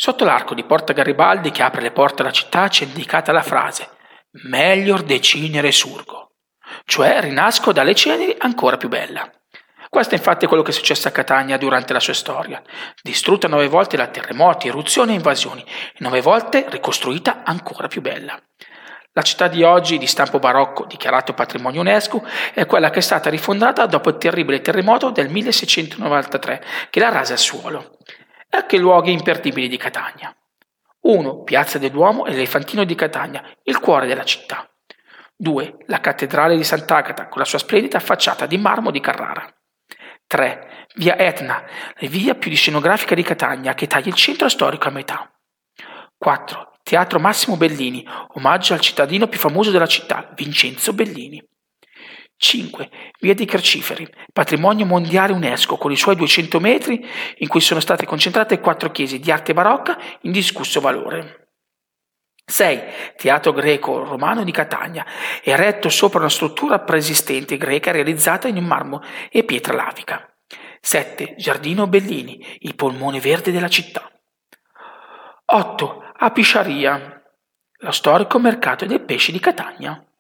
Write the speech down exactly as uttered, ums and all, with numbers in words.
Sotto l'arco di Porta Garibaldi che apre le porte alla città c'è indicata la frase «Melior decinere surgo», cioè rinasco dalle ceneri ancora più bella. Questo è infatti quello che è successo a Catania durante la sua storia, distrutta nove volte da terremoti, eruzioni e invasioni, e nove volte ricostruita ancora più bella. La città di oggi, di stampo barocco, dichiarato patrimonio UNESCO, è quella che è stata rifondata dopo il terribile terremoto del milleseicentonovantatré, che la rase al suolo. Ecco i luoghi imperdibili di Catania. uno. Piazza del Duomo e l'Elefantino di Catania, il cuore della città. due. La cattedrale di Sant'Agata, con la sua splendida facciata di marmo di Carrara. tre. Via Etna, la via più scenografica di Catania, che taglia il centro storico a metà. quattro. Teatro Massimo Bellini, omaggio al cittadino più famoso della città, Vincenzo Bellini. cinque. Via dei Carciferi, patrimonio mondiale UNESCO con i suoi duecento metri in cui sono state concentrate quattro chiese di arte barocca in discusso valore. sei. Teatro greco-romano di Catania, eretto sopra una struttura preesistente greca realizzata in marmo e pietra lavica. sette. Giardino Bellini, il polmone verde della città. otto. Apisciaria, lo storico mercato dei pesci di Catania.